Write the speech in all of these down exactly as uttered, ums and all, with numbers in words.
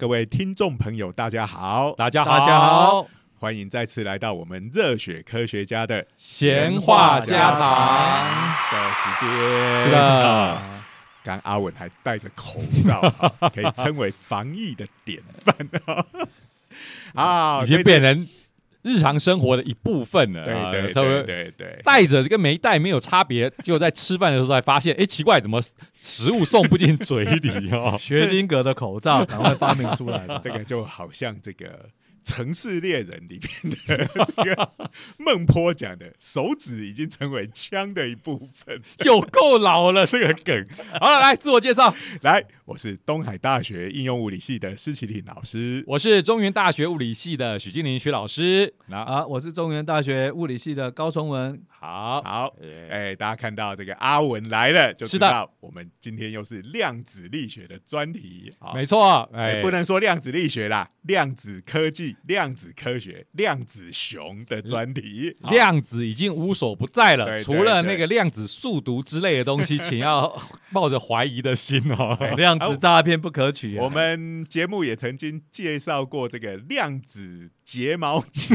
各位听众朋友，大家好， 大家好， 大家好， 欢迎再次来到我们热血科学家的闲话家常的时间。 是的， 刚阿文还戴着口罩，可以称为防疫的典范啊， 已经变成日常生活的一部分了。 对对对对对， 戴着跟没戴没有差别，就在吃饭的时候才发现，哎，奇怪，怎么食物送不进嘴里哦？ 薛丁格的口罩赶快发明出来了。 这个就好像这个城市猎人里面的这个孟波讲的，手指已经成为枪的一部分， 有够老了这个梗。好了，来自我介绍， 来，我是东海大学应用物理系的施启廷老师， 我是中原大学物理系的许金玲许老师。 啊，我是中原大学物理系的高崇文。 好好，哎、欸，大家看到这个阿文来了，就知道是我们今天又是量子力学的专题。 没错， 哎、欸，不能说量子力学啦，量子科技、量子科学、量子熊的专题。 量子已经无所不在了， 对对对， 除了那个量子速读之类的东西，请要抱着怀疑的心哦。 量子诈骗不可取、啊。 我们节目也曾经介绍过这个量子睫毛夹。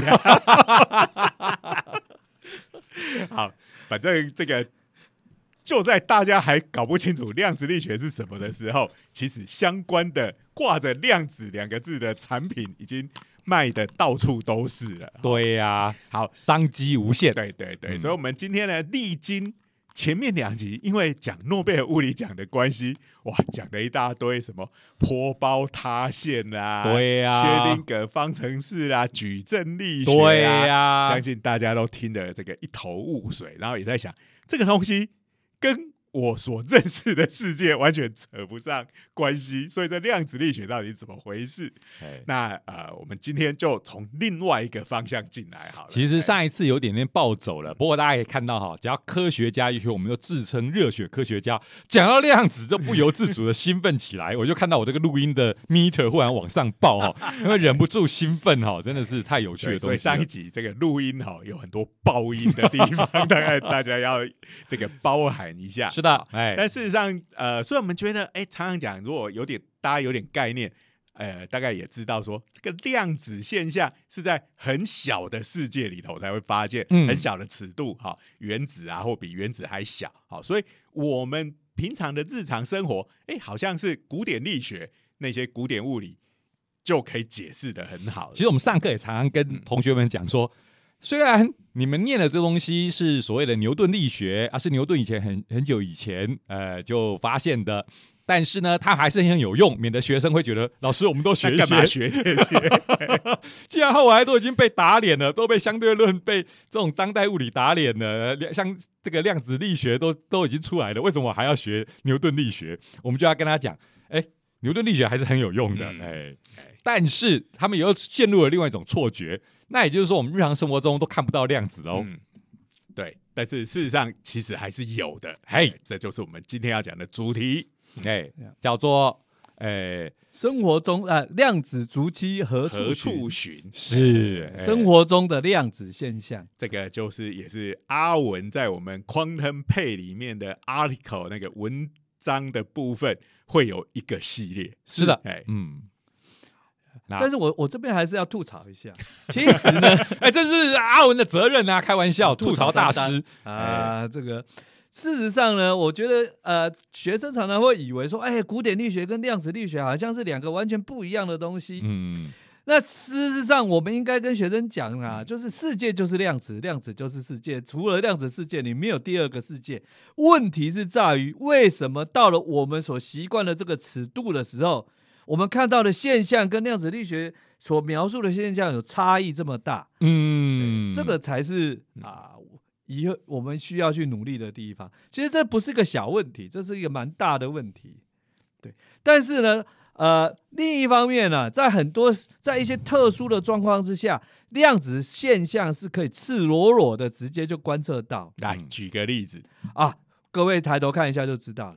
好，反正这个就在大家还搞不清楚量子力学是什么的时候，其实相关的挂着量子两个字的产品已经卖的到处都是了。 对呀、啊， 好， 商机无限。 对对对、嗯，所以我们今天呢，历经前面两集，因为讲诺贝尔物理奖的关系，哇，讲了一大堆什么坡包塌陷啦， 对呀、 啊，薛丁格方程式啦，矩阵力学啦， 对呀、啊， 相信大家都听得这个一头雾水，然后也在想这个东西跟我所认识的世界完全扯不上关系，所以这量子力学到底是怎么回事？那呃，我们今天就从另外一个方向进来好了。 其实上一次有点点暴走了，不过大家可以看到哈，只要科学家，尤其我们又自称热血科学家，讲到量子就不由自主的兴奋起来。我就看到我这个录音的 meter 忽然往上报哈，因为忍不住兴奋哈，真的是太有趣的东西。 所以上一集这个录音哈有很多爆音的地方，大概大家要这个包含一下。 是的。哎， 但事实上，呃，所以我们觉得，哎，常常讲，如果有点大家有点概念，呃，大概也知道说，这个量子现象是在很小的世界里头才会发现， 嗯、 很小的尺度，哈、哦，原子啊，或比原子还小，好、哦，所以我们平常的日常生活，哎，好像是古典力学那些古典物理就可以解释得很好。 其实我们上课也常常跟同学们讲说。嗯虽然你们念的这东西是所谓的牛顿力学啊，是牛顿以前很很久以前呃就发现的，但是呢，它还是很有用，免得学生会觉得老师我们都学一些， 干嘛学这些？ 既然后来都已经被打脸了，都被相对论、被这种当代物理打脸了，像这个量子力学都都已经出来了，为什么我还要学牛顿力学？我们就要跟他讲，哎，牛顿力学还是很有用的，嗯、哎，但是他们又陷入了另外一种错觉。那也就是说，我们日常生活中都看不到量子哦、 嗯。对，但是事实上其实还是有的。 嘿， 这就是我们今天要讲的主题， 哎，叫做哎， 生活中啊、呃，量子足迹何何处寻？ 是生活中的量子现象。 这个就是也是阿文在我们 Quantum Pay 里面的 article 那个文章的部分会有一个系列。 是的， 哎， 嗯。 但是我我这边还是要吐槽一下，其实呢， 哎，这是阿文的责任啊，开玩笑，吐槽大师啊，这个事实上呢，我觉得呃，学生常常会以为说，哎，古典力学跟量子力学好像是两个完全不一样的东西， 嗯， 那事实上我们应该跟学生讲啊，就是世界就是量子，量子就是世界，除了量子世界，你没有第二个世界。问题是在于，为什么到了我们所习惯的这个尺度的时候，我们看到的现象跟量子力学所描述的现象有差异这么大？ 嗯， 这个才是啊，以后我们需要去努力的地方。其实这不是个小问题，这是一个蛮大的问题。对，但是呢，呃，另一方面呢、啊，在很多在一些特殊的状况之下，量子现象是可以赤裸裸的直接就观测到。 来举个例子啊，各位抬头看一下就知道了。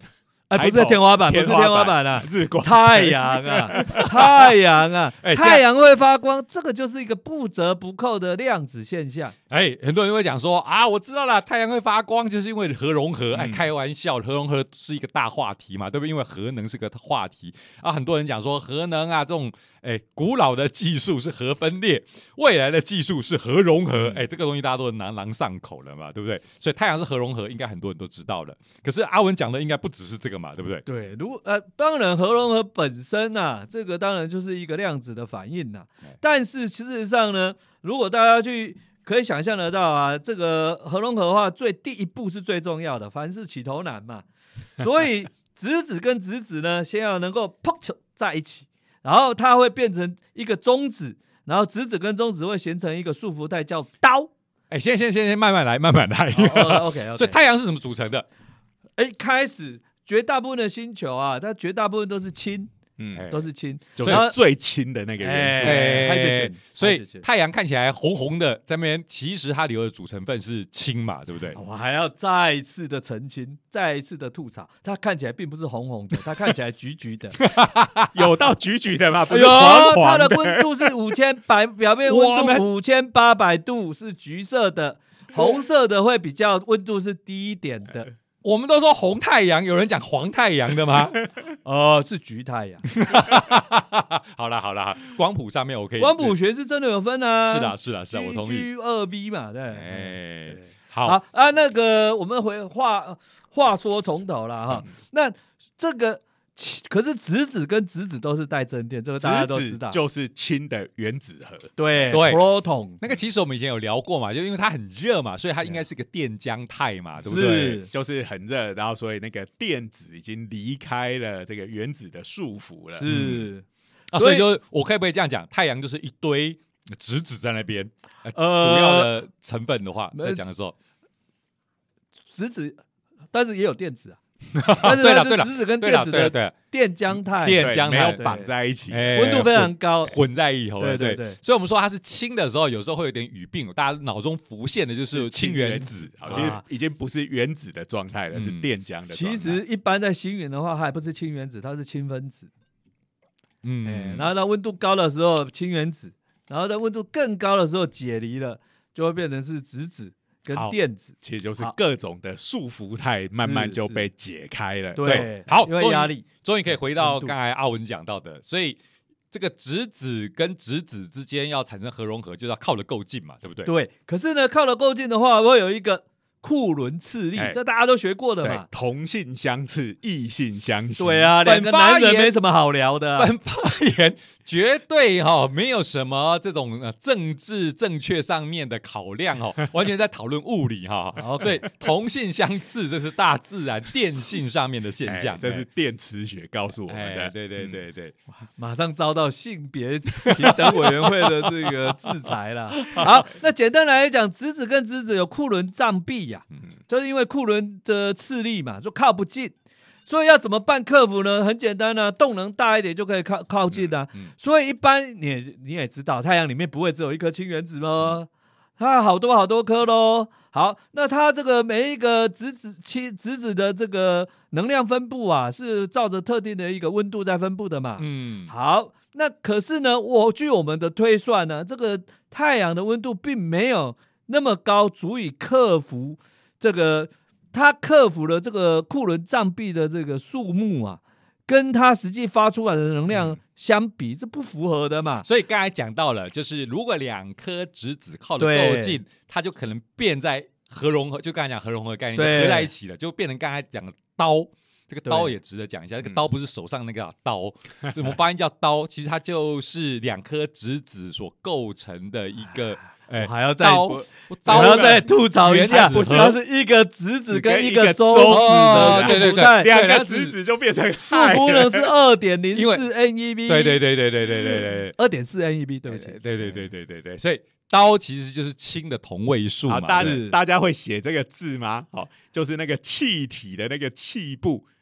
哎，不是天花板，不是天花板啊， 日光太阳啊，太阳啊， 哎太阳会发光，这个就是一个不折不扣的量子现象。 哎，很多人会讲说啊，我知道了，太阳会发光就是因为核融合。哎， 嗯开玩笑，核融合是一个大话题嘛，对不对？因为核能是个话题啊，很多人讲说核能啊，这种哎古老的技术是核分裂，未来的技术是核融合。哎，这个东西大家都朗朗上口了嘛，对不对？所以太阳是核融合，应该很多人都知道了。可是阿文讲的应该不只是这个嘛，对不对？ 对，如果呃，当然核融合本身啊，这个当然就是一个量子的反应呐、啊。但是事实上呢，如果大家去可以想象得到啊，这个核融合的话，最第一步是最重要的，凡事起头难嘛。所以质子跟质子呢，先要能够碰球在一起，然后它会变成一个中子，然后质子跟中子会形成一个束缚带，叫氘。 哎，先先先先慢慢来，慢慢来。 哦、OK OK。 所以太阳是怎么组成的？ 哎，开始绝大部分的星球啊，它绝大部分都是氢。嗯，都是氢， 就是最轻的那个元素。 哎哎， 所以太阳看起来红红的，在那边其实它里头的主成分是氢嘛，对不对？ 我还要再一次的澄清，再一次的吐槽，它看起来并不是红红的，它看起来橘橘的， 有到橘橘的吗？不是有， 黄黄的。 它的温度是五千百，表面温度五千八百度是橘色的，红色的会比较温度是低一点的。 我们都说红太阳，有人讲黄太阳的吗？ 哦，是橘太阳。 好了好了，光谱上面我可以。 光谱学是真的有分啊。 是的，是的，是的，我同意。 G 二 V 嘛，对。 哎， 好好啊，那个我们回话话说从头了哈。嗯、那这个。可是质子跟质子都是带正电，这个大家都知道， 就是氢的原子核。 对对 ，proton 那个其实我们以前有聊过嘛，就因为它很热嘛，所以它应该是个电浆态嘛，对不对？ 就是很热，然后所以那个电子已经离开了这个原子的束缚了。 是、 嗯、啊，所以就我可以不可以这样讲？太阳就是一堆质子在那边，呃，主要的成分的话，在讲的时候， 质子，但是也有电子啊。但是对了对了， 质子跟电子的电浆态， 电浆没有绑在一起， 温度非常高， 混在一起。 对对对， 所以我们说它是氢的时候，有时候会有点语病，大家脑中浮现的就是氢原子， 其实已经不是原子的状态了，是电浆的。 其实一般在星云的话，它还不是氢原子，它是氢分子。嗯，然后到温度高的时候氢原子，然后在温度更高的时候解离了，就会变成是质子。跟电子其实就是各种的束缚态慢慢就被解开了。 对， 好， 因为压力， 终于可以回到刚才阿文讲到的，所以这个质子跟质子之间要产生核融合，就是要靠得够近嘛，对不对？ 对。可是呢，靠得够近的话，会有一个库伦次力， 哎、 这大家都学过的嘛。 同性相斥，异性相吸。 对啊，两个男人没什么好聊的、啊。 本发言绝对哈、哦、没有什么这种、呃、政治正确上面的考量哦，完全在讨论物理哈、哦。所以同性相斥，这是大自然电性上面的现象， 哎、这是电磁学告诉我们的。 哎、对对对对、 嗯，马上遭到性别平等委员会的这个制裁了。好，那简单来讲，质子跟质子有库伦障壁呀、啊，嗯、就是因为库伦的斥力嘛，就靠不近。所以要怎么办克服呢？很简单啊，动能大一点就可以靠靠近啊。嗯嗯、所以一般你你也知道，太阳里面不会只有一颗氢原子吗？它好多好多颗咯。好，那它这个每一个质子氢质子的这个能量分布啊，是照着特定的一个温度在分布的嘛。嗯，好，那可是呢，我据我们的推算呢，这个太阳的温度并没有那么高，足以克服这个。它克服了这个库伦障壁的这个数目啊，跟它实际发出来的能量相比，是不符合的嘛。 所以刚才讲到了，就是如果两颗质子靠得够近，它就可能变在核融合，就刚才讲核融合的概念，就合在一起了，就变成刚才讲的刀。这个刀也值得讲一下，这个刀不是手上那个刀，嗯、我们发音叫刀，其实它就是两颗质子所构成的一个。 哎，还要再我还要再吐槽一下，它是一个质子跟一个中子的， 对对对， 两个质子就变成负负能是二点零四 N E V， 对对对对对对对对， 二点四 N E V， 对不起， 对对对对对对，所以刀其实就是氢的同位素嘛。 大大家会写这个字吗？好，就是那个气体的那个气部。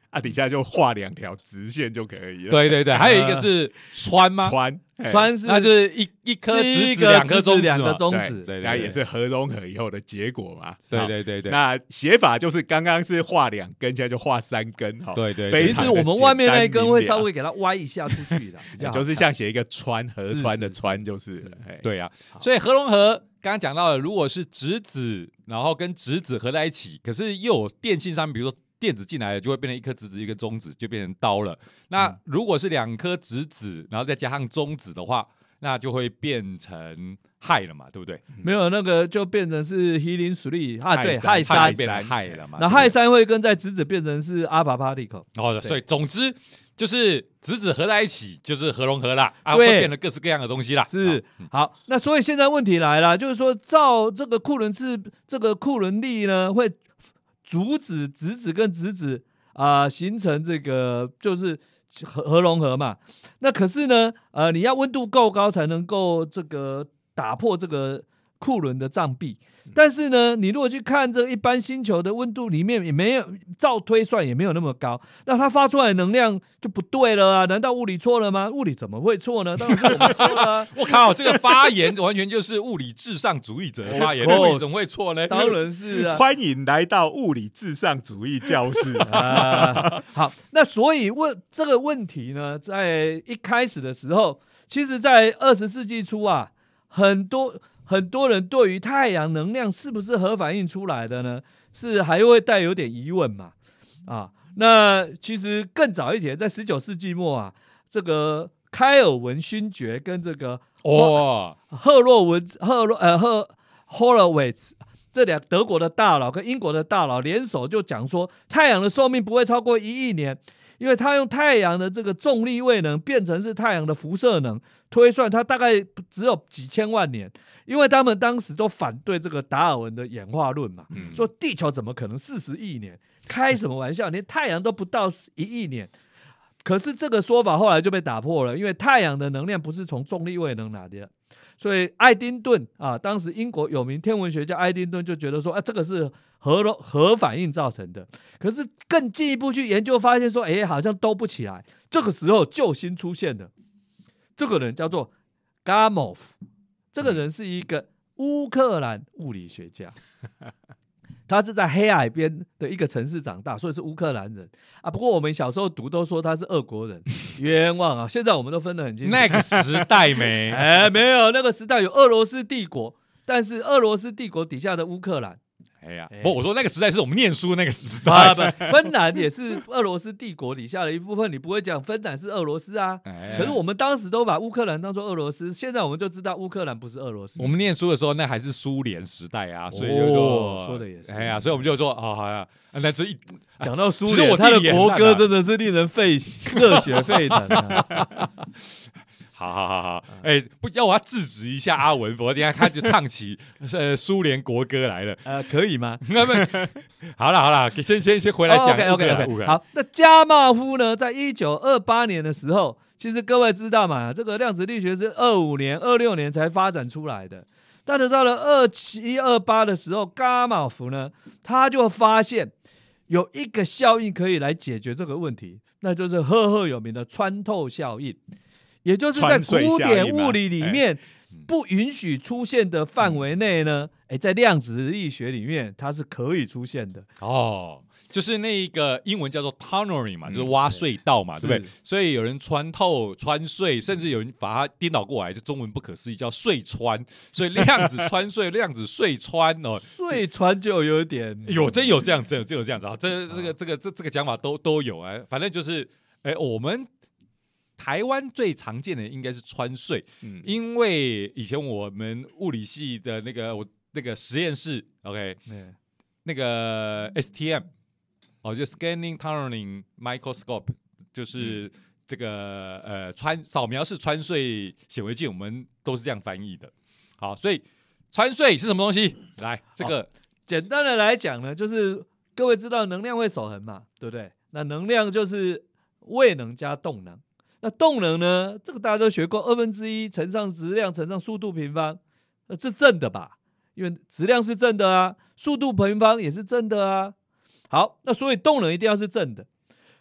啊，底下就画两条直线就可以了。 对对对，还有一个是氚吗？ 氚氚是那就是一一颗直子两颗中子两个嘛， 对中子， 对， 那也是核融合以后的结果嘛。 对好对对对， 那写法就是刚刚是画两根，现在就画三根哈。 对对， 其非常的实我们外面那一根会简单明了稍微给它歪一下出去的，比较好看就是像写一个川河川的是是川，就是了。嘿对啊， 好所以核融合刚刚讲到了，如果是质子，然后跟质子合在一起，可是又有电信上面，比如说电子进来了，就会变成一颗质子一个中子，就变成刀了。那如果是两颗质子，然后再加上中子的话，那就会变成氦了嘛，对不对？ 没有那个就变成是 helium three 啊，对，氦氦三三， 变成氦了嘛。 那氦三会跟在质子变成是 alpha particle。 哦，所以总之就是质子合在一起就是核融合啦，啊， 对会变成各式各样的东西啦。 是好好，那所以现在问题来了，就是说照这个库伦次这个库伦力呢，会阻止质子跟质子啊、呃、形成这个就是核核融合嘛。那可是呢，呃，你要温度够高才能够这个打破这个库伦的障壁。但是呢，你如果去看这一般星球的温度里面也没有，照推算也没有那么高，那它发出来的能量就不对了啊！难道物理错了吗？物理怎么会错呢？当然是我们错了、啊。 我靠，这个发言完全就是物理至上主义者的发言，物理怎么会错呢？ 当然是啊。 欢迎来到物理至上主义教室啊。好，那所以问这个问题呢，在一开始的时候，其实，在二十世纪初啊，很多。很多人对于太阳能量是不是核反应出来的呢，是还会带有点疑问嘛？啊，那其实更早一点，在十九世纪末啊，这个开尔文勋爵跟这个哦赫洛文赫洛呃赫霍洛维茨这两德国的大佬跟英国的大佬联手就讲说，太阳的寿命不会超过一亿年。因为他用太阳的这个重力位能变成是太阳的辐射能，推算它大概只有几千万年。因为他们当时都反对这个达尔文的演化论嘛， 嗯、 说地球怎么可能四十亿年？开什么玩笑？连太阳都不到一亿年。可是这个说法后来就被打破了，因为太阳的能量不是从重力位能来的。所以爱丁顿啊，当时英国有名天文学家爱丁顿就觉得说，啊，这个是核核反应造成的。可是更进一步去研究，发现说，哎，好像都不起来。这个时候救星出现了，这个人叫做 Gamow， 这个人是一个乌克兰物理学家。他是在黑海边的一个城市长大，所以是乌克兰人啊。不过我们小时候读都说他是俄国人，冤枉啊！现在我们都分得很清楚。 那个时代没， 哎，没有，那个时代有俄罗斯帝国，但是俄罗斯帝国底下的乌克兰。 哎呀，不，我说那个时代是我们念书那个时代。 啊，不，芬兰也是俄罗斯帝国底下的一部分，你不会讲芬兰是俄罗斯啊。 哎、 可是我们当时都把乌克兰当作俄罗斯，现在我们就知道乌克兰不是俄罗斯。 我们念书的时候，那还是苏联时代啊，所以就说、 哦、说的也是。 哎呀，所以我们就说，哦，好呀，那这一讲到苏联， 其实我他的地理很烂啊国歌真的是令人沸热血沸腾啊。 好好好好，哎、欸，不要我要制止一下阿文，我等一下他就唱起呃苏联国歌来了， 呃，可以吗？ 那么好了好了，先先先回来讲。 OK OK OK。好，那加茂夫呢，在一九二八年的时候，其实各位知道嘛，这个量子力学是二五年、二六年才发展出来的。但是到了二七、二八的时候，加茂夫呢，他就发现有一个效应可以来解决这个问题，那就是赫赫有名的穿透效应。也就是在古典物理里面不允许出现的范围内呢，哎，在量子力学里面它是可以出现的。 哦，就是那个英文叫做 tunneling 嘛，就是挖隧道嘛，嗯、对不对？所以有人穿透、穿隧，甚至有人把它颠倒过来，就中文不可思议叫隧穿。所以量子穿隧、量子隧穿哦， 隧穿就有点有真有这样，真有真有这样子啊！这这个这个这这个讲法都都有啊，反正就是哎，我们。台湾最常见的应该是穿隧，嗯，因为以前我们物理系的那个我那个实验室 ，OK， 那个 S T M， 哦，就 Scanning Tunneling Microscope， 就是这个、嗯、呃穿扫描式穿隧显微镜，我们都是这样翻译的。好，所以穿隧是什么东西？来，这个简单的来讲呢，就是各位知道能量会守恒嘛，对不对？那能量就是位能加动能。那动能呢？这个大家都学过，二分之一乘上质量乘上速度平方，那是正的吧？因为质量是正的啊，速度平方也是正的啊。好，那所以动能一定要是正的。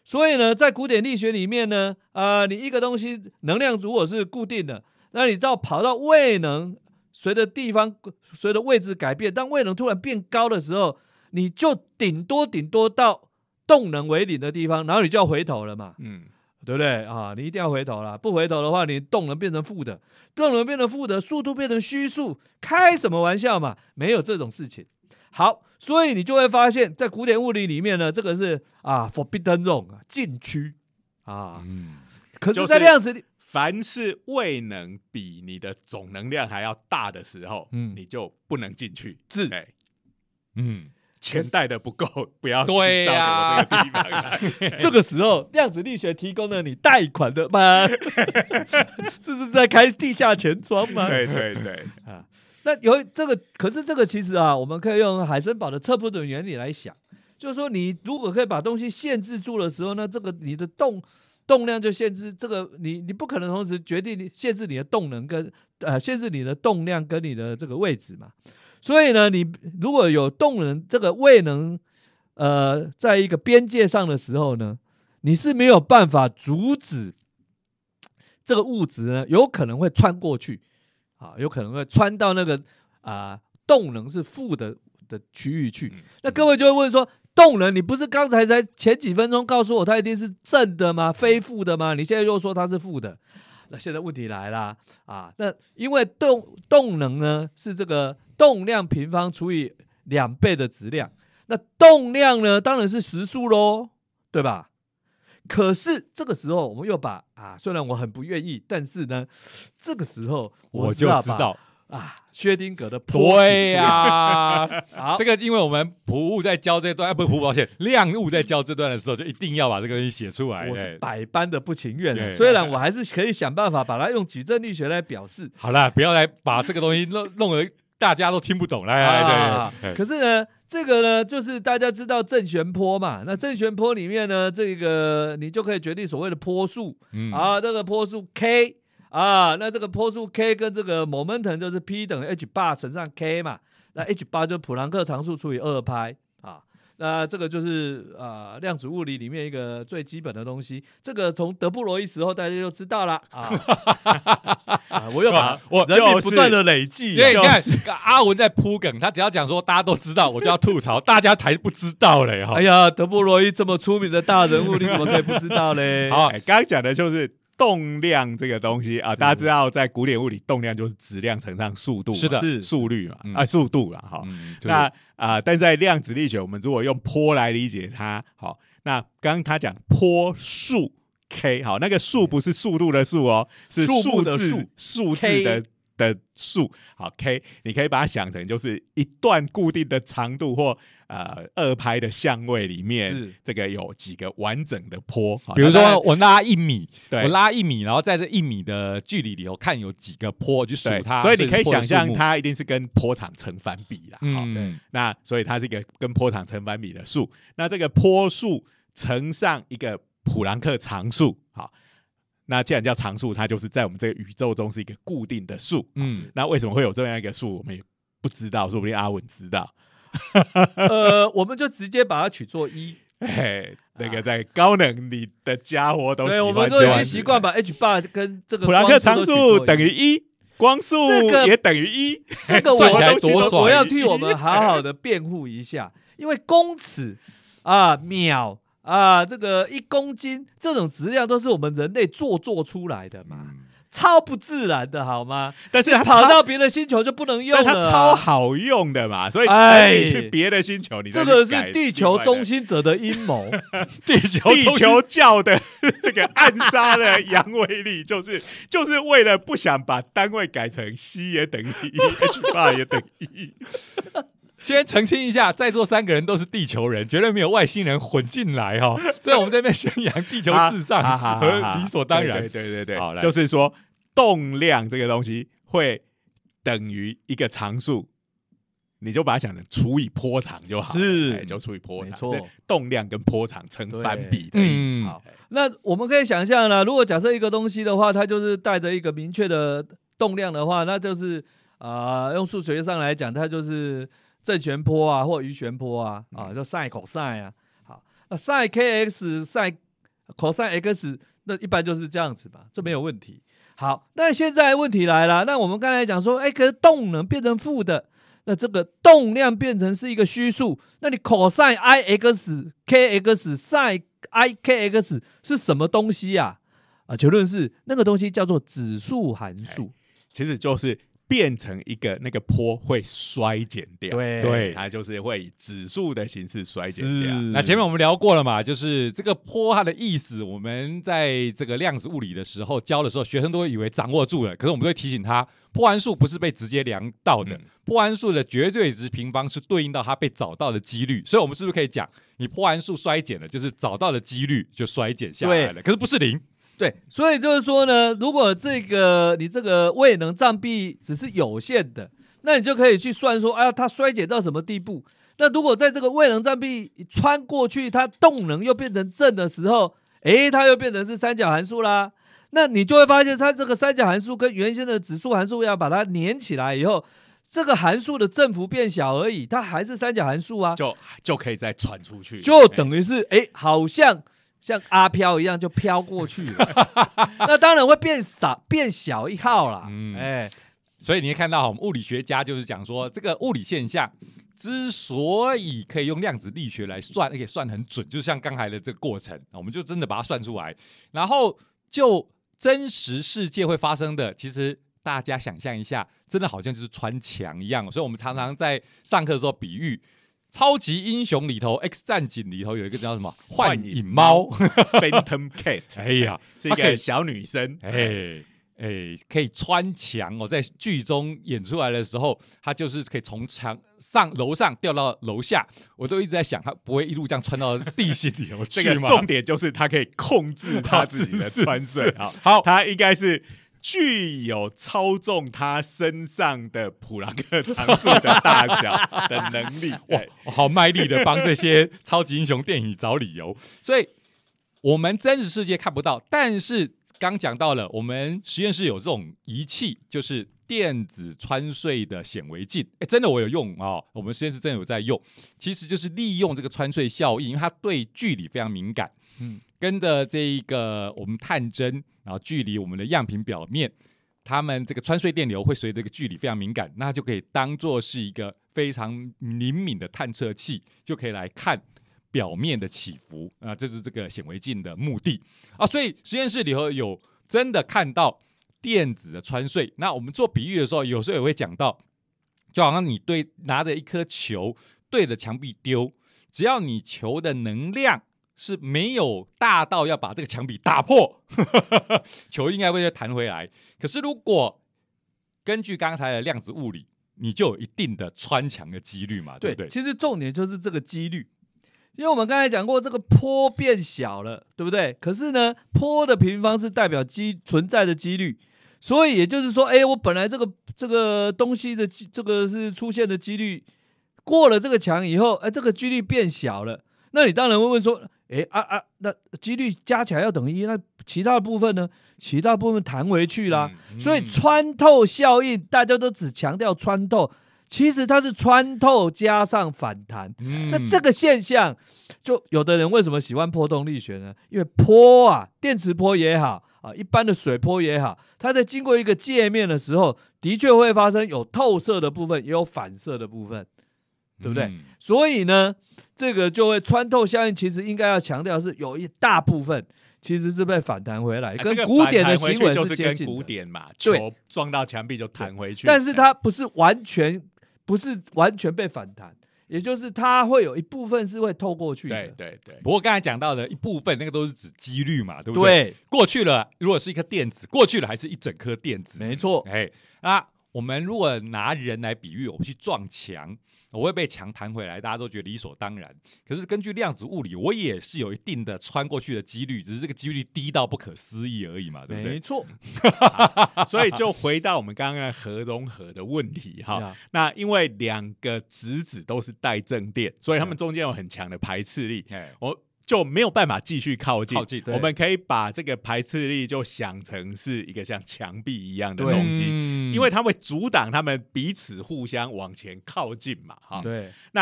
所以呢，在古典力学里面呢，啊、呃，你一个东西能量如果是固定的，那你到跑到位能，随着地方随着位置改变，当位能突然变高的时候，你就顶多顶多到动能为零的地方，然后你就要回头了嘛，嗯，对不对啊？你一定要回头了，不回头的话，你动能变成负的，动能变成负的，速度变成虚数，开什么玩笑嘛？没有这种事情。好，所以你就会发现，在古典物理里面呢，这个是啊 forbidden zone 啊，禁区啊。嗯，可是，在量子里， 凡是位能比你的总能量还要大的时候，嗯，你就不能进去。 是， 嗯，钱带的不够，不要进到我这个地方来。 这个时候，量子力学提供了你贷款的吗？是不是在开地下钱庄吗？ 对对对啊。那有这个，可是这个其实啊，我们可以用海森堡的测不准原理来想，就是说，你如果可以把东西限制住的时候呢，这个你的动动量就限制这个，你你不可能同时决定限制你的动能跟呃限制你的动量跟你的这个位置嘛。所以呢，你如果有动能这个位能呃在一个边界上的时候呢，你是没有办法阻止这个物质呢有可能会穿过去。啊，有可能会穿到那个啊、呃、动能是负的的区域去。那各位就会问说，动能你不是刚才才前几分钟告诉我它一定是正的吗？非负的吗？你现在又说它是负的，那现在问题来啦啊！那因为动动能呢是这个动量平方除以两倍的质量，那动量呢当然是实数咯，对吧？可是这个时候，我们又把啊，虽然我很不愿意，但是呢，这个时候我就知道啊，薛丁格的波对呀、啊，好，这个因为我们普物在教这段，啊、不是普物，抱歉，量物在教这段的时候，就一定要把这个东西写出来。 我是百般的不情愿的，虽然我还是可以想办法把它用矩阵力学来表示。 好啦，不要来把这个东西弄弄得大家都听不懂。来来来、 啊，可是呢。这个呢，就是大家知道正弦波嘛，那正弦波里面呢，这个你就可以决定所谓的波数、嗯、啊，这个波数 k 啊，那这个波数 k 跟这个 momentum 就是 p 等于 h 八乘上 k 嘛，那 h 八就是普朗克常数除以二派啊。那这个就是呃量子物理里面一个最基本的东西，这个从德布罗意时候大家就知道了啊, 啊。我又把我人民不断的累积， 因为你看、就是、阿文在铺梗，他只要讲说大家都知道，我就要吐槽，大家才不知道嘞哈。 哎呀，德布罗意这么出名的大人物，你怎么可以不知道嘞？ 好，刚刚讲的就是动量这个东西啊，大家知道在古典物理，动量就是质量乘上速度， 是的， 是速率嘛，嗯、啊，速度啦，哈、 嗯。 那啊、呃，但在量子力学，我们如果用波来理解它，好，那刚刚他讲波数 k， 好，那个数不是速度的数哦，是数的数，数字的。的数好 k， 你可以把它想成就是一段固定的长度或呃二拍的相位里面，这个有几个完整的波。 比如说我拉一米，我拉一米，然后在这一米的距离里头看有几个波，去数它。 所以你可以想象它一定是跟波长成反比啦。 嗯， 好，对，那所以它是一个跟波长成反比的数。那这个波数乘上一个普朗克常数，好。那既然叫常数，它就是在我们这个宇宙中是一个固定的数。嗯，那为什么会有这样一个数，我们也不知道，说不定阿文知道。 呃，我们就直接把它取作一。 嘿，那个在高能里的家伙都喜欢， 对，我们都已经习惯把 h 八跟这个普朗克常数等于一，光速也等于一。 这个我算起来多爽！ 我要替我们好好的辩护一下，因为公尺啊、秒。啊，这个一公斤这种质量都是我们人类做做出来的嘛，嗯、超不自然的好吗？ 但是它跑到别的星球就不能用了、啊， 但它超好用的嘛，所以你去别的星球，你这个是地球中心者的阴谋， 地球地球教的这个暗杀的杨维利，就是就是为了不想把单位改成 c 也等于一 ，h 八也等于一。 先澄清一下，在座三个人都是地球人，绝对没有外星人混进来哈、哦。所以我们这边宣扬地球至上和理所当然。 对对对对，好，就是说动量这个东西会等于一个常数，你就把它想成除以波长就好了， 是、 欸、就除以波长， 没错， 动量跟波长成反比的意思。 好，那我们可以想象呢，如果假设一个东西的话，它就是带着一个明确的动量的话，那就是啊、呃，用数学上来讲，它就是正弦波啊，或余弦波啊，啊，就 sin cos 啊。好，那 sin kx sin cos x 那一般就是这样子嘛，这没有问题。好，那现在问题来了，那我们刚才讲说，哎，可是动能变成负的，那这个动量变成是一个虚数，那你 cos I x k x sin I k x 是什么东西啊？啊，结论是那个东西叫做指数函数， 其实就是变成一个那个波会衰减掉， 对对它就是会以指数的形式衰减掉。 那前面我们聊过了嘛，就是这个波它的意思，我们在这个量子物理的时候教的时候，学生都会以为掌握住了，可是我们都会提醒他，波函数不是被直接量到的，嗯、波函数的绝对值平方是对应到它被找到的几率，所以我们是不是可以讲，你波函数衰减了，就是找到的几率就衰减下来了，可是不是零。 对，所以就是说呢，如果这个你这个位能障壁只是有限的，那你就可以去算说，啊，它衰减到什么地步？那如果在这个位能障壁穿过去，它动能又变成正的时候，诶，它又变成是三角函数啦。那你就会发现，它这个三角函数跟原先的指数函数要把它连起来以后，这个函数的振幅变小而已，它还是三角函数啊， 就就可以再传出去， 就等于是诶，好像。像阿飘一样就飘过去了，那当然会变少变小一号啦。嗯，哎， 所以你会看到，我们物理学家就是讲说，这个物理现象之所以可以用量子力学来算，而且算很准，就像刚才的这个过程，我们就真的把它算出来，然后就真实世界会发生的，其实大家想象一下，真的好像就是穿墙一样。所以我们常常在上课的时候比喻。超级英雄里头 ，X 战警里头有一个叫什么幻影猫 ，Phantom Cat， 哎呀， 是一个小女生， 哎哎，可以穿墙哦，在剧中演出来的时候，她就是可以从墙上楼上掉到楼下，我都一直在想，她不会一路这样穿到地心里头去吗？ 这个重点就是她可以控制她自己的穿睡，好， 好， 她应该是。具有操纵他身上的普朗克常数的大小的能力， 哇，好卖力的帮这些超级英雄电影找理由。所以我们真实世界看不到，但是刚讲到了，我们实验室有这种仪器，就是电子穿隧的显微镜。哎，真的我有用啊、哦，我们实验室真的有在用。其实就是利用这个穿隧效应，因为它对距离非常敏感。嗯，跟着这一个我们探针。然后距离我们的样品表面，它们这个穿隧电流会随这个距离非常敏感，那就可以当作是一个非常灵敏的探测器，就可以来看表面的起伏啊，这是这个显微镜的目的啊。所以实验室里头有真的看到电子的穿隧。那我们做比喻的时候，有时候也会讲到，就好像你对拿着一颗球对着墙壁丢，只要你球的能量是没有大到要把这个墙壁打破，球应该会弹回来。可是如果根据刚才的量子物理，你就有一定的穿墙的几率嘛，对不对？ 其实重点就是这个几率，因为我们刚才讲过，这个波变小了，对不对？可是呢，波的平方是代表机存在的几率，所以也就是说，哎，我本来这个这个东西的这个是出现的几率，过了这个墙以后，哎，这个几率变小了。那你当然会问说，哎啊啊，那几率加起来要等于一，那其他的部分呢？其他部分弹回去啦。嗯嗯、所以穿透效应，大家都只强调穿透，其实它是穿透加上反弹。嗯、那这个现象，就有的人为什么喜欢波动力学呢？因为波啊，电磁波也好啊，一般的水波也好，它在经过一个界面的时候，的确会发生有透射的部分，也有反射的部分。对不对？嗯、所以呢，这个就会穿透效应，其实应该要强调是有一大部分其实是被反弹回来， 啊、 跟古典的行为是接近的。 跟古典嘛，球撞到墙壁就弹回去， 但是它不是完全不是完全被反弹，也就是它会有一部分是会透过去的。 对对对。 不过刚才讲到的一部分，那个都是指几率嘛，对不对？对，过去了，如果是一颗电子，过去了还是一整颗电子， 没错。 哎，那我们如果拿人来比喻，我们去撞墙。我会被墙弹回来，大家都觉得理所当然。可是根据量子物理，我也是有一定的穿过去的几率，只是这个几率低到不可思议而已嘛，对不对？ 没错。 所以就回到我们刚刚核融合的问题哈。那因为两个质子都是带正电，所以它们中间有很强的排斥力。我就没有办法继续靠近， 靠近我们可以把这个排斥力就想成是一个像墙壁一样的东西，因为它会阻挡他们彼此互相往前靠近嘛，哈。 对。 那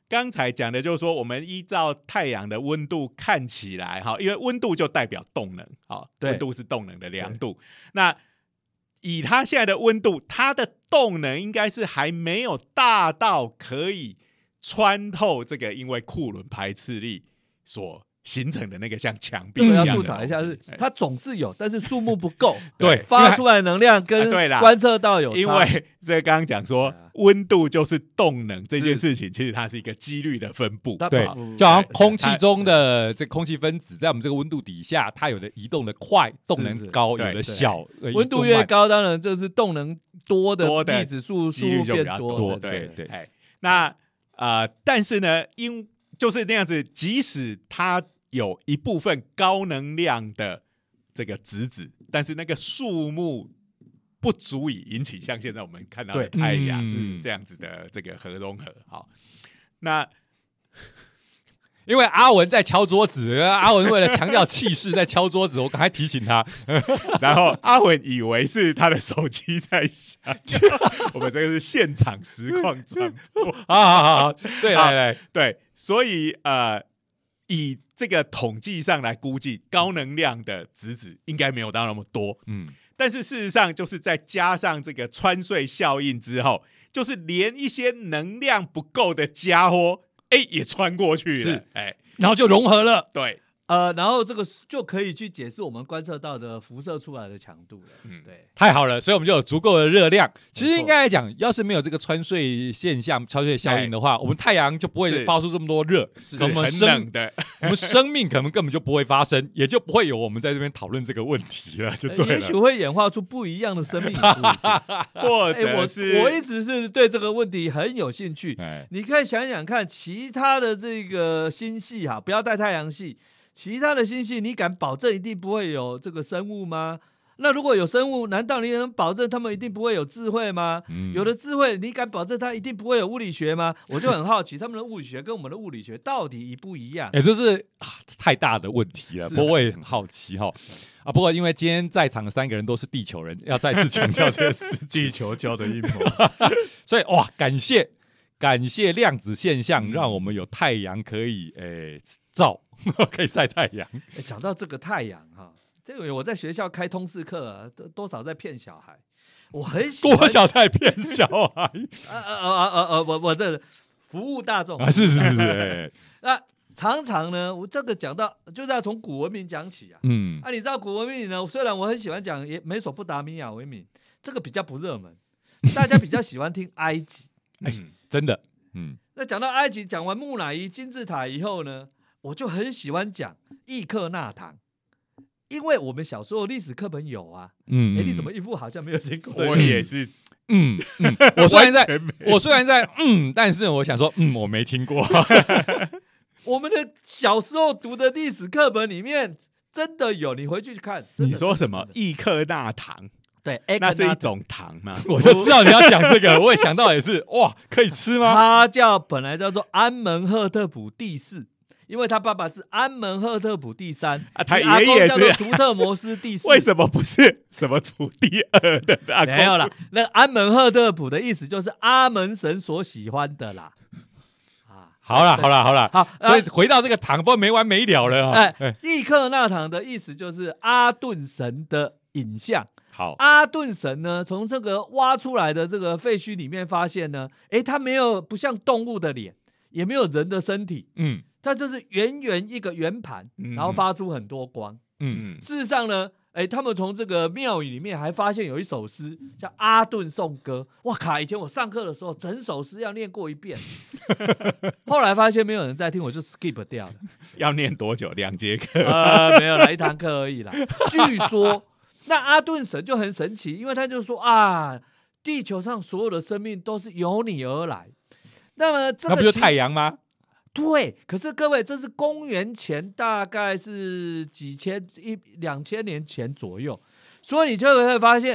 刚才讲的就是说，我们依照太阳的温度看起来，哈，因为温度就代表动能，好，温度是动能的量度。那以它现在的温度，它的动能应该是还没有大到可以穿透这个因为库仑排斥力所形成的那个像墙壁一样的东西。 这个要吐槽一下是，它总是有，但是数目不够。 对， 发出来能量跟观测到有差。 因为这刚刚讲说，温度就是动能这件事情，其实它是一个几率的分布。 对，就好像空气中的这空气分子在我们这个温度底下，它有的移动的快，动能高；有的小， 温度越高，当然就是动能多的粒子数几率就比较多。对对，哎，那呃，但是呢，因就是那样子，即使它有一部分高能量的这个质子，但是那个数目不足以引起像现在我们看到的太阳是这样子的这个核融合。好，那因为阿文在敲桌子，阿文为了强调气势在敲桌子，我赶快提醒他， 然后阿文以为是他的手机在响，我们这个是现场实况转播。 好好好好，对来来， 对，所以呃，以这个统计上来估计，高能量的质子应该没有到那么多，嗯，但是事实上就是再加上这个穿隧效应之后，就是连一些能量不够的家伙。哎，也穿过去了，哎， 然后就融合了， 对， 呃，然后这个就可以去解释我们观测到的辐射出来的强度了，嗯，对， 太好了，所以我们就有足够的热量。其实应该来讲，要是没有这个穿隧现象、穿隧效应的话，我们太阳就不会发出这么多热， 是很冷的， 我们生命可能根本就不会发生，也就不会有我们在这边讨论这个问题了，就对了。 也许会演化出不一样的生命， 或者是、 欸、我, 我一直是对这个问题很有兴趣。你可以想想看，其他的这个星系哈，不要带太阳系。其他的星系，你敢保证一定不会有这个生物吗？那如果有生物，难道你能保证他们一定不会有智慧吗？嗯、有了智慧，你敢保证它一定不会有物理学吗？我就很好奇，他们的物理学跟我们的物理学到底一不一样？ 哎、欸，这是、啊、太大的问题了。不过我也很好奇哈。啊，不过因为今天在场的三个人都是地球人，要再次强调这个事情， 地球教的阴谋。 所以哇，感谢感谢量子现象，让我们有太阳可以诶照。可以晒太阳。 讲、欸、到这个太阳哈，这个我在学校开通识课、啊，多少在骗小孩。我很喜欢多少在骗小孩。 呃呃呃呃呃，我我这服务大众啊，是是是是。欸、 那常常呢，我这个讲到就是要从古文明讲起啊。嗯。啊，你知道古文明呢？虽然我很喜欢讲也美索不达米亚文明，这个比较不热门，大家比较喜欢听埃及。 哎、欸，真的。嗯。 那讲到埃及，讲完木乃伊、金字塔以后呢？我就很喜欢讲易克纳堂，因为我们小时候历史课本有啊。嗯，哎、欸，你怎么一副好像没有听过？ 我也是， 嗯嗯。我虽然在，我虽然在，嗯，但是我想说，嗯，我没听过。 我们的小时候读的历史课本里面真的有，你回去看。 你说什么易克纳堂？ 对， 那是一种糖吗？ 我就知道你要讲这个，我也想到也是，哇，可以吃吗？ 它叫本来叫做安门赫特普第四。因为他爸爸是安门赫特普第三啊，他爷爷是图特摩斯第四。 为什么不是什么普第二的阿公？ 没有啦，那安门赫特普的意思就是阿门神所喜欢的啦。 啊，好啦好啦好啦，好，所以回到这个堂，不没完没了了、哦。哎， 易克纳堂的意思就是阿顿神的影像。 好， 阿顿神呢，从这个挖出来的这个废墟里面发现呢，哎，他没有不像动物的脸，也没有人的身体，嗯。它就是圆圆一个圆盘，然后发出很多光。嗯，事实上呢，哎，他们从这个庙宇里面还发现有一首诗叫《阿顿颂歌》。哇靠！以前我上课的时候，整首诗要念过一遍。后来发现没有人在听，我就 skip 掉了。 要念多久？两节课？ 呃，没有啦，一堂课而已啦。据说，那阿顿神就很神奇，因为他就说啊，地球上所有的生命都是由你而来。那么这个那不就太阳吗？ 对，可是各位，这是公元前大概是几千一两千年前左右，所以你就会发现，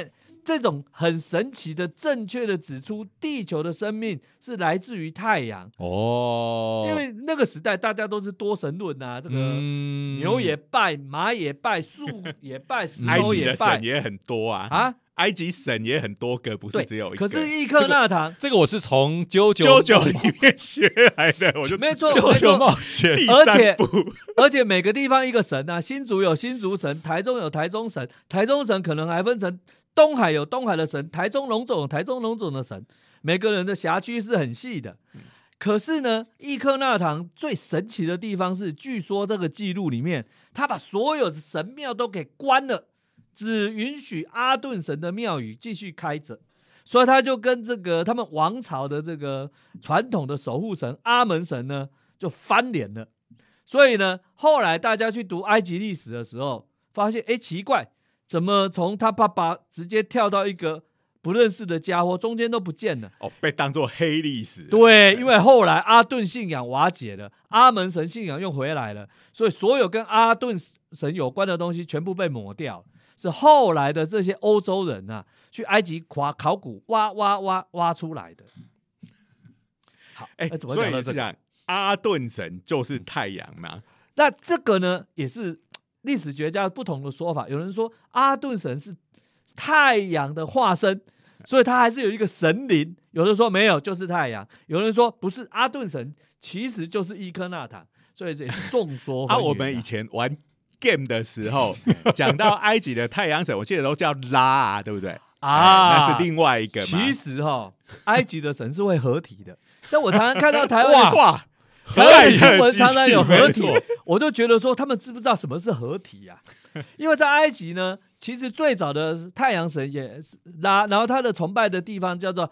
这种很神奇的、正确的指出地球的生命是来自于太阳。 哦， 因为那个时代大家都是多神论啊，这个嗯牛也拜，马也拜，树也拜，石埃及的头也拜神也很多啊， 啊。 埃及神也很多个，不是对， 只有一个。 可是伊克纳堂， 这个我是从啾九啾九里面学来的，我就没错， 啾啾没错。 冒险， 第而且三部而且每个地方一个神啊，新竹有新竹神，台中有台中神，台中神可能还分成东海有东海的神，台中龙总有台中龙总的神，每个人的辖区是很细的。可是呢，伊克纳堂最神奇的地方是，据说这个记录里面，他把所有的神庙都给关了，只允许阿顿神的庙宇继续开着。所以他就跟这个他们王朝的这个传统的守护神阿门神呢，就翻脸了。所以呢，后来大家去读埃及历史的时候，发现哎奇怪，怎么从他爸爸直接跳到一个不认识的家伙，中间都不见了。 哦，被当作黑历史。 对，因为后来阿顿信仰瓦解了，阿门神信仰又回来了，所以所有跟阿顿神有关的东西全部被抹掉。是后来的这些欧洲人啊，去埃及考考古挖挖挖挖出来的。好， 哎、 怎么所讲到这个？ 以是讲阿顿神就是太阳嘛？ 那这个呢，也是历史学家不同的说法。有人说阿顿神是太阳的化身，所以他还是有一个神灵。有人说没有，就是太阳。有人说不是，阿顿神其实就是伊科纳塔。所以这也是众说纷纭啊。 啊，我们以前玩 game 的时候，讲到埃及的太阳神，我记得都叫拉啊，对不对？ 啊， 哎那是另外一个嘛。 其实哈，埃及的神是会合体的。但我常常看到台湾哇哇， 台湾的新闻常常有合体没错， 我就觉得说他们知不知道什么是合体啊？因为在埃及呢，其实最早的太阳神也是拉，然后他的崇拜的地方叫做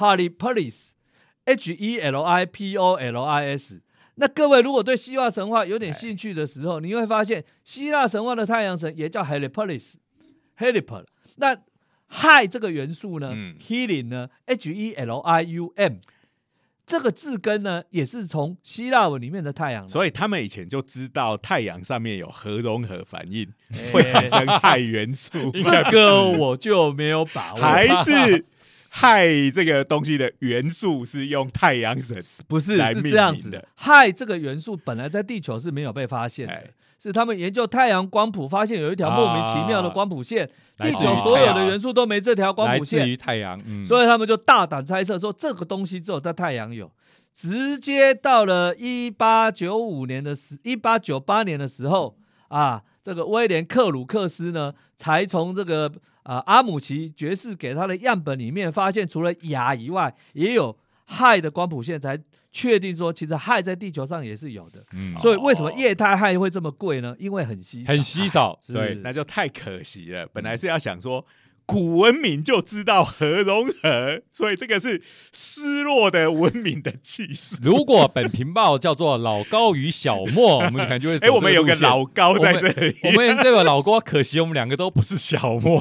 Helipolis，H E L I P O L I S。那各位如果对希腊神话有点兴趣的时候，你会发现希腊神话的太阳神也叫 Helipolis，Helipol。那 Hi 这个元素呢、 嗯、 ，Healing 呢 ，H E L I U M。这个字根呢，也是从希腊文里面的太阳， 所以他们以前就知道太阳上面有核融合反应， 欸、 会产生氦元素。 这个我就没有把握， 还是氦这个东西的元素是用太阳神不是来是这样子的？ 氦这个元素本来在地球是没有被发现的， 哎、 是他们研究太阳光谱，发现有一条莫名其妙的光谱线。 啊、 地球所有的元素都没这条光谱线， 来自于太阳、嗯， 所以他们就大胆猜测说这个东西只有在太阳有。直接到了一八九五年的时，一八九八年的时候啊，这个威廉克鲁克斯呢，才从这个啊阿姆奇爵士给他的样本里面发现，除了氩以外，也有氦的光谱线，才确定说，其实氦在地球上也是有的。嗯，所以为什么液态氦会这么贵呢？因为很稀少， 很稀少，对， 那就太可惜了。本来是要想说，古文明就知道核融合，所以这个是失落的文明的技术。 如果本频道叫做老高与小莫，我们可能就会哎、 欸，我们有个老高在这里， 我们, 我们这个老高，可惜我们两个都不是小莫，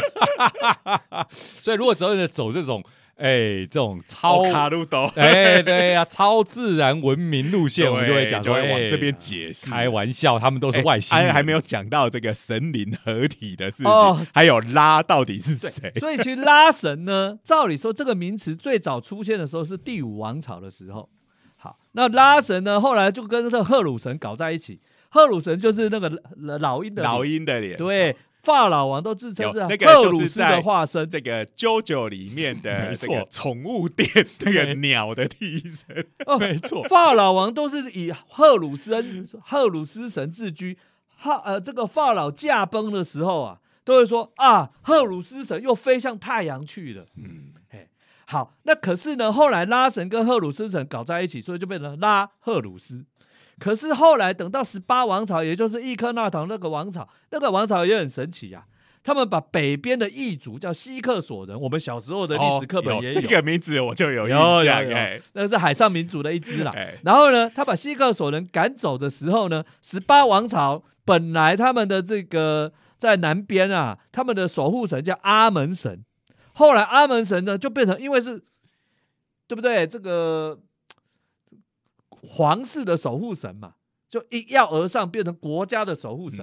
所以如果只有走这种。哎、欸，这种超卡路斗， 哎，对呀、啊，超自然文明路线，我们就会讲说， 就会往这边解释。 开玩笑，他们都是外星人， 还、欸、还没有讲到这个神灵合体的事情，哦、还有拉到底是谁？ 所以其实拉神呢，照理说这个名词最早出现的时候是第五王朝的时候。好，那拉神呢，后来就跟这个赫鲁神搞在一起。赫鲁神就是那个老鹰的脸老鹰的脸， 对。法老王都自称是那个赫鲁斯的化身， 这个 JoJo 里面的这个宠物店那个鸟的替身， 哦，没错，法老王都是以赫鲁斯赫鲁斯神自居。哈呃，这个法老驾崩的时候啊，都会说啊，赫鲁斯神又飞向太阳去了。嗯，哎，好，那可是呢，后来拉神跟赫鲁斯神搞在一起，所以就变成拉赫鲁斯。可是后来等到十八王朝，也就是伊科纳堂那个王朝，那个王朝也很神奇啊。他们把北边的异族叫西克索人，我们小时候的历史课本也有、 哦、有这个名字，我就有印象。哎， 那是海上民族的一支啦。然后呢，他把西克索人赶走的时候呢，十八王朝本来他们的这个在南边啊，他们的守护神叫阿门神，后来阿门神呢就变成因为是，对不对？这个。皇室的守护神嘛，就一跃而上，变成国家的守护神。嗯、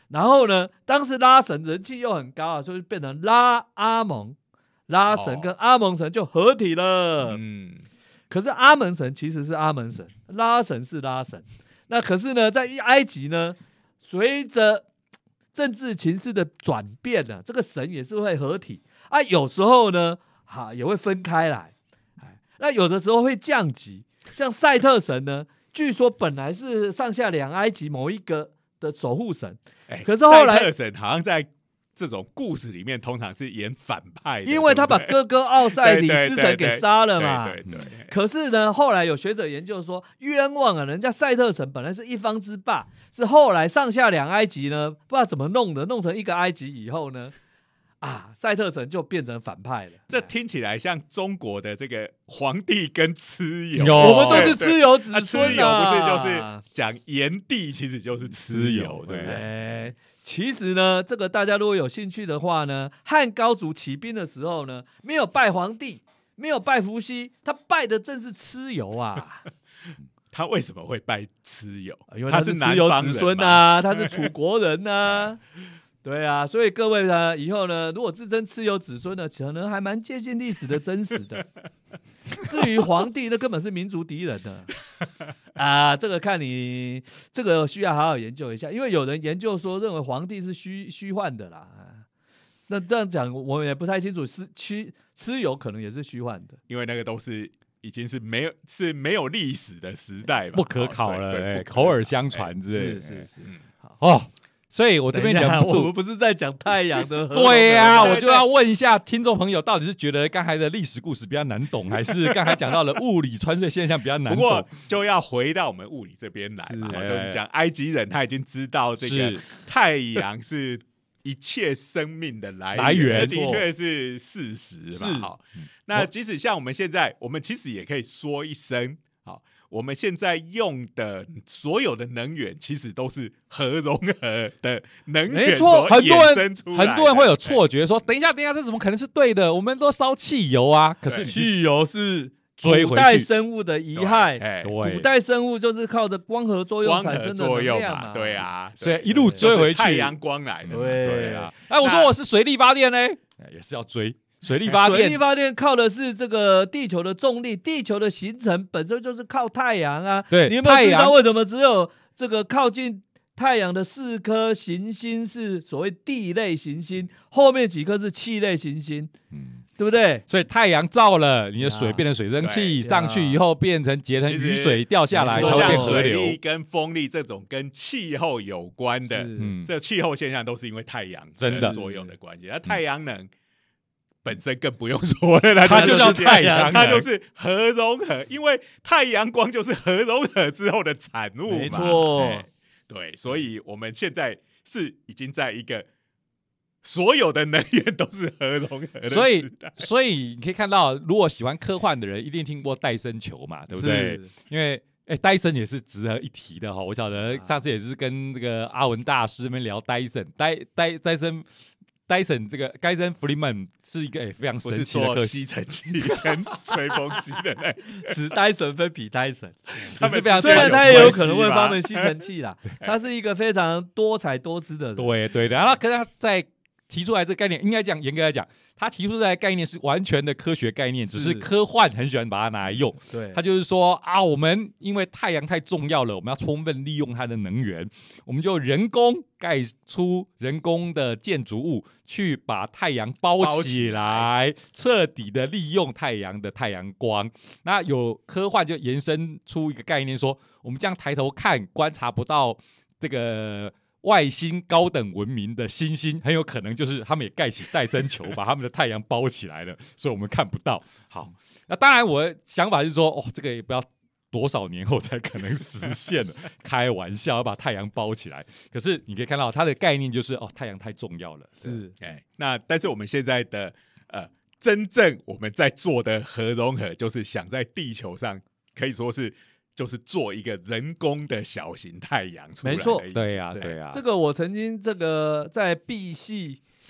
然后呢，当时拉神人气又很高啊，所以变成拉阿蒙，拉神跟阿蒙神就合体了。 嗯， 可是阿蒙神其实是阿蒙神，拉神是拉神。那可是呢，在埃及呢，随着政治情势的转变呢、啊，这个神也是会合体啊，有时候呢，哈、啊、也会分开来。那有的时候会降级，像赛特神呢，据说本来是上下两埃及某一个的守护神， 欸、 可是后来赛特神好像在这种故事里面通常是演反派的， 因为他把哥哥奥赛里斯神给杀了嘛。 对对对对对。 可是呢，后来有学者研究说，冤枉啊！人家赛特神本来是一方之霸，是后来上下两埃及呢，不知道怎么弄的，弄成一个埃及以后呢，啊，赛特神就变成反派了。 这听起来像中国的这个皇帝跟蚩尤， 我们都是蚩尤子孙啊。蚩尤不是就是讲炎帝，其实就是蚩尤，对不对？ 欸其实呢，这个大家如果有兴趣的话呢，汉高祖起兵的时候呢，没有拜皇帝，没有拜伏羲，他拜的正是蚩尤啊。 他为什么会拜蚩尤？ 因为他是蚩尤子孙啊，他是楚国人啊。对啊，所以各位呢，以后呢，如果自称蚩尤子孙呢，可能还蛮接近历史的真实的。至于皇帝，那根本是民族敌人的啊！这个看你这个需要好好研究一下，因为有人研究说认为皇帝是虚虚幻的啦。那这样讲我们也不太清楚，是蚩蚩尤可能也是虚幻的， 因为那个都是已经是没有是没有历史的时代吧， 不可考了，欸、口耳相传之类的。 是是是， 嗯、 哦。所以我这边忍不住， 我们不是在讲太阳的河。 对呀、啊，我就要问一下听众朋友，到底是觉得刚才的历史故事比较难懂，还是刚才讲到了物理穿隧现象比较难懂？ 不过就要回到我们物理这边来嘛，是就是讲埃及人他已经知道这个太阳是一切生命的来源， 来源这的确是事实嘛。好，那即使像我们现在，我们其实也可以说一声，好。我们现在用的所有的能源，其实都是核融合的能源所衍生出来的。 很多人会有错觉说，等一下，等一下，这怎么可能是对的？我们都烧汽油啊，可是汽油是追回去古代生物的遗害。 对， 古代生物就是靠着光合作用产生的能量嘛。 对啊， 所以一路追回去， 太阳光来的。 对啊，哎，我说我是水力发电呢，也是要追。水力发电， 水力发电靠的是这个地球的重力，地球的形成本身就是靠太阳啊。 对， 你有没有知道为什么只有这个靠近太阳的四颗行星是所谓地类行星，后面几颗是气类行星？嗯，对不对？ 所以太阳照了，你的水变成水蒸气，上去以后变成结成雨水掉下来，才会变河流。 水力跟风力这种跟气候有关的，这气候现象都是因为太阳真的作用的关系。那太阳能。本身更不用说了， 它就叫太阳， 它就是核融合，因为太阳光就是核融合之后的产物嘛。 没错， 对，所以我们现在是已经在一个所有的能源都是核融合的时代。 所以，所以你可以看到，如果喜欢科幻的人，一定听过戴森球嘛，对不对？因为哎，戴森也是值得一提的哈。我晓得上次也是跟这个阿文大师们聊戴森，戴戴戴森。戴森这个戴森弗里曼是一个、欸、非常神奇的科吸尘器跟吹风机的那个， 此戴森非彼戴森， 他是非常虽然他也有可能会发明吸尘器啦，他是一个非常多彩多姿的人。 对对的，然后可是他在提出来这个概念，应该讲严格来讲，他提出来的概念是完全的科学概念，只是科幻很喜欢把它拿来用。 对， 他就是说啊，我们因为太阳太重要了，我们要充分利用它的能源，我们就人工盖出人工的建筑物，去把太阳包起来，彻底的利用太阳的太阳光。那有科幻就延伸出一个概念说，我们这样抬头看，观察不到这个外星高等文明的星星，很有可能就是他们也盖起戴森球，把他们的太阳包起来了，所以我们看不到。好，那当然我的想法是说，哦，这个也不要多少年后才可能实现了，开玩笑，要把太阳包起来。可是你可以看到它的概念就是，哦，太阳太重要了。 是， 哎，那但是我们现在的呃，真正我们在做的核融合，就是想在地球上可以说是。就是做一个人工的小型太阳出来的意思。 没错， 对呀、啊，对呀、啊。 这个我曾经这个在 B 系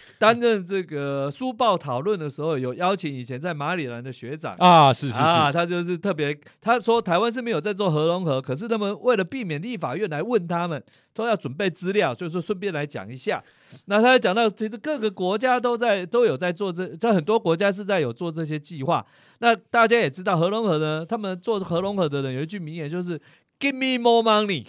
担任这个书报讨论的时候，有邀请以前在马里兰的学长啊，是是是， 啊，他就是特别他说台湾是没有在做核融合，可是他们为了避免立法院来问他们，都要准备资料，就是说顺便来讲一下。那他讲到，其实各个国家都在都有在做这，在很多国家是在有做这些计划。那大家也知道核融合呢，他们做核融合的人有一句名言，就是 "Give me more money"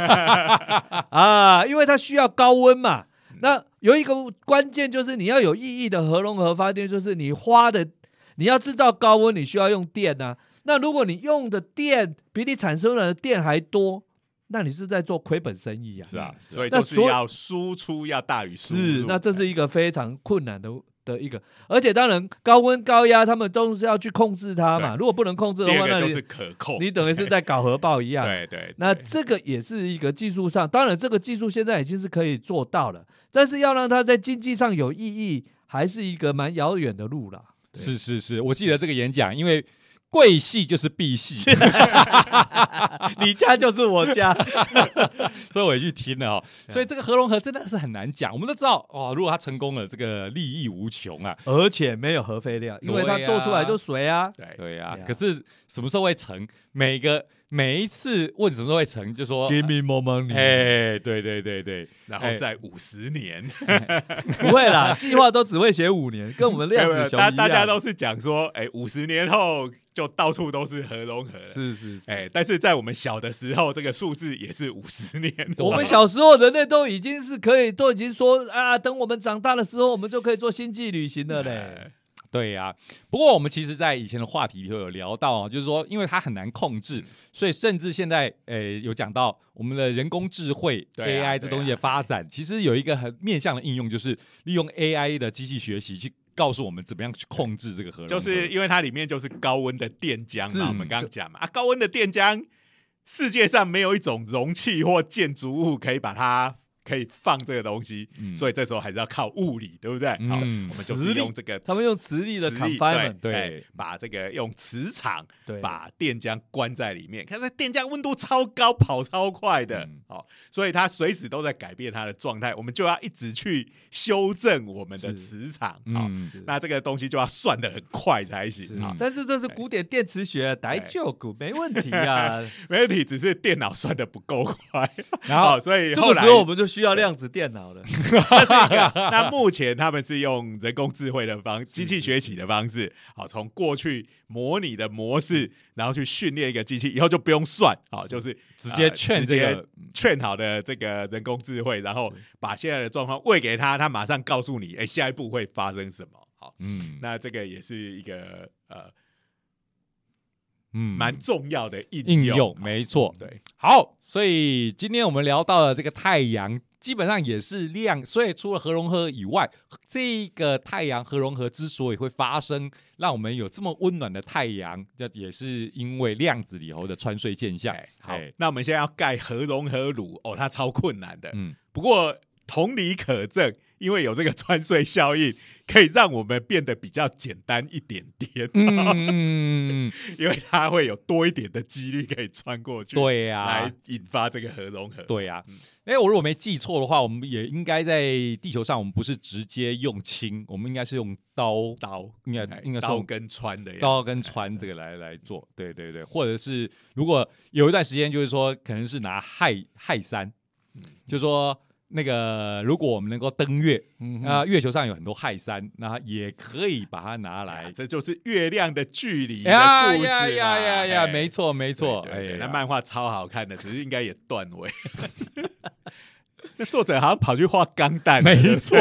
啊，因为它需要高温嘛。那有一个关键就是你要有意义的核融合发电，就是你花的你要制造高温，你需要用电啊。那如果你用的电比你产生的电还多，那你是在做亏本生意啊。 是啊， 所以就是要输出要大于输入。 是，那这是一个非常困难的的一个，而且当然高温高压他们都是要去控制它嘛。如果不能控制的话，那就是可控， 你等于是在搞核爆一样。 对, 对对， 那这个也是一个技术上，当然这个技术现在已经是可以做到了，但是要让它在经济上有意义，还是一个蛮遥远的路啦。 是是是，我记得这个演讲，因为贵系就是弊系， 你家就是我家， 所以我也去听了哦。所以这个核融合真的是很难讲。我们都知道哦，如果它成功了，这个利益无穷啊， 而且没有核废料，因为它做出来就水啊。 对对啊，可是什么时候会成？每个每一次问什么时候会成，就说 Give me more money。 哎，对对对对， 然后在五十年， 不会啦，计划都只会写五年，跟我们量子熊一样。 大家都是讲说，哎，五十年后就到处都是核融合了。 是是是， 哎，但是在我们小的时候，这个数字也是五十年。 我们小时候人类都已经是可以，都已经说啊，等我们长大的时候，我们就可以做星际旅行了嘞。 对呀、啊，不过我们其实在以前的话题里头有聊到、啊、就是说因为它很难控制，所以甚至现在呃有讲到我们的人工智慧、啊、A I 这东西的发展、啊、其实有一个很面向的应用，就是利用 A I 的机器学习去告诉我们怎么样去控制这个核融合， 就是因为它里面就是高温的电浆嘛，我们刚刚讲嘛，啊，高温的电浆，世界上没有一种容器或建筑物可以把它。可以放这个东西、嗯，所以这时候还是要靠物理，对不对？嗯、好，我们就是用这个， 他们用磁力的 confinement， 对，对，把这个用磁场把电浆关在里面。看，这电浆温度超高，跑超快的，嗯哦、所以它随时都在改变它的状态。我们就要一直去修正我们的磁场，嗯、那这个东西就要算得很快才行。 是但是这是古典电磁学，大丈夫没问题啊， 没问题，只是电脑算得不够快，然后、哦、所以后来这个时候我们就需要量子电脑了。 那目前他们是用人工智慧的方机器学习的方式，好，从过去模拟的模式，然后去训练一个机器，以后就不用算，好，就是直接劝这个、 呃、劝好的这个人工智慧，然后把现在的状况喂给他，他马上告诉你，哎，下一步会发生什么。好，嗯，那这个也是一个呃。嗯，蛮重要的应用， 应用没错。对，好，所以今天我们聊到了这个太阳，基本上也是量，所以除了核融合以外，这个太阳核融合之所以会发生，让我们有这么温暖的太阳，这也是因为量子里头的穿隧现象。 好，那我们现在要盖核融合炉，哦，它超困难的。嗯，不过同理可证，因为有这个穿隧效应。可以让我们变得比较简单一点点，嗯，因为它会有多一点的几率可以穿过去， 对呀、啊， 来引发这个核融合， 对呀、啊。哎、嗯，我如果没记错的话，我们也应该在地球上，我们不是直接用氢，我们应该是用刀， 刀， 应该应该是刀跟穿的， 刀跟穿这个来来做，对对对，或者是如果有一段时间，就是说可能是拿氦氦三，嗯，就是说。那个，如果我们能够登月，嗯、呃，月球上有很多氦三，那也可以把它拿来， 啊、这就是月亮的距离的故事呀呀呀呀！没错没错， 对对对，那漫画超好看的，只是应该也断尾。那作者好像跑去画钢弹， 没错。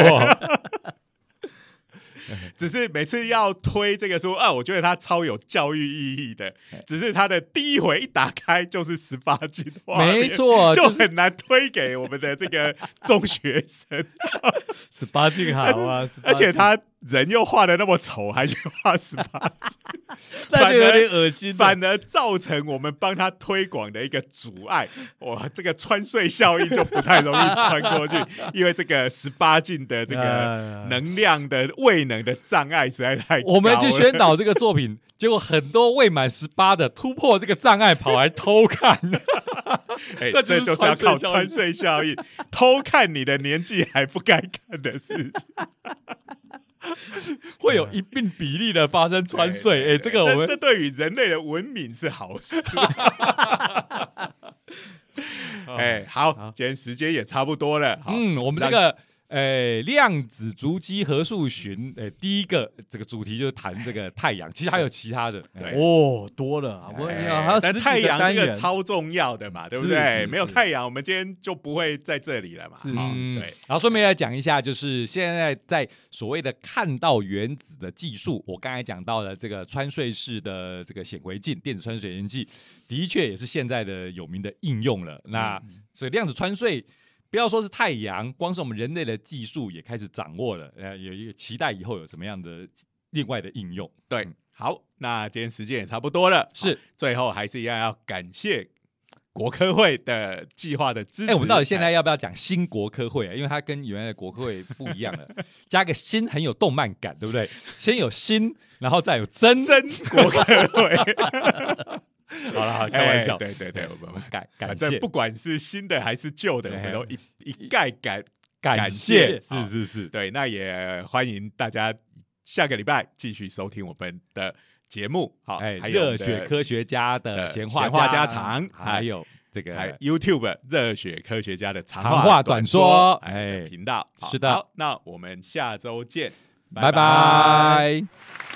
只是每次要推这个书啊，我觉得它超有教育意义的。只是它的第一回一打开就是十八禁画面， 没错， 就很难推给我们的这个中学生。 十八禁好啊， 而且他人又画的那么丑，还去画十八禁， 那就有点恶心， 反而造成我们帮他推广的一个阻碍。哇，这个穿隧效应就不太容易穿过去，因为这个十八禁的这个能量的位能的障碍实在太高了。 我们去宣导这个作品，结果很多未满十八的突破这个障碍，跑来偷看。 欸、这, 这就是要靠穿隧效应，偷看你的年纪还不该看的事情。 会有一定比例的发生穿隧。哎，这个我们这对于人类的文明是好事。哎，好，今天时间也差不多了。 嗯，我们这个。诶，量子足迹合数巡，诶，第一个这个主题就是谈这个太阳，其实还有其他的， 对哦，多了啊，我还有但十太阳这几个单元， 个超重要的嘛，对不是对？ 是没有太阳，我们今天就不会在这里了嘛。 是好嗯， 对。 然后顺便来讲一下，就是现在在所谓的看到原子的技术，我刚才讲到了这个穿隧式的这个显微镜，电子穿水显微镜，的确也是现在的有名的应用了。那所以量子穿隧。不要说是太阳，光是我们人类的技术也开始掌握了，呃，有一个期待以后有什么样的另外的应用。 对，好，那今天时间也差不多了， 是最后还是一样要感谢国科会的计划的支持。 哎、欸，我们到底现在要不要讲新国科会啊？因为它跟原来的国科会不一样了，加个新很有动漫感，对不对？先有新，然后再有真真国科会。 好了，开玩笑， 欸、对对对，我们感感谢，不管是新的还是旧的，我们都一一概感感谢，是是是， 对，那也欢迎大家下个礼拜继续收听我们的节目，好， 哎， 还有热血科学家的闲话家常， 还有这个还 YouTube 热血科学家的长话短说， 哎，频道， 是的， 好，那我们下周见， 拜拜。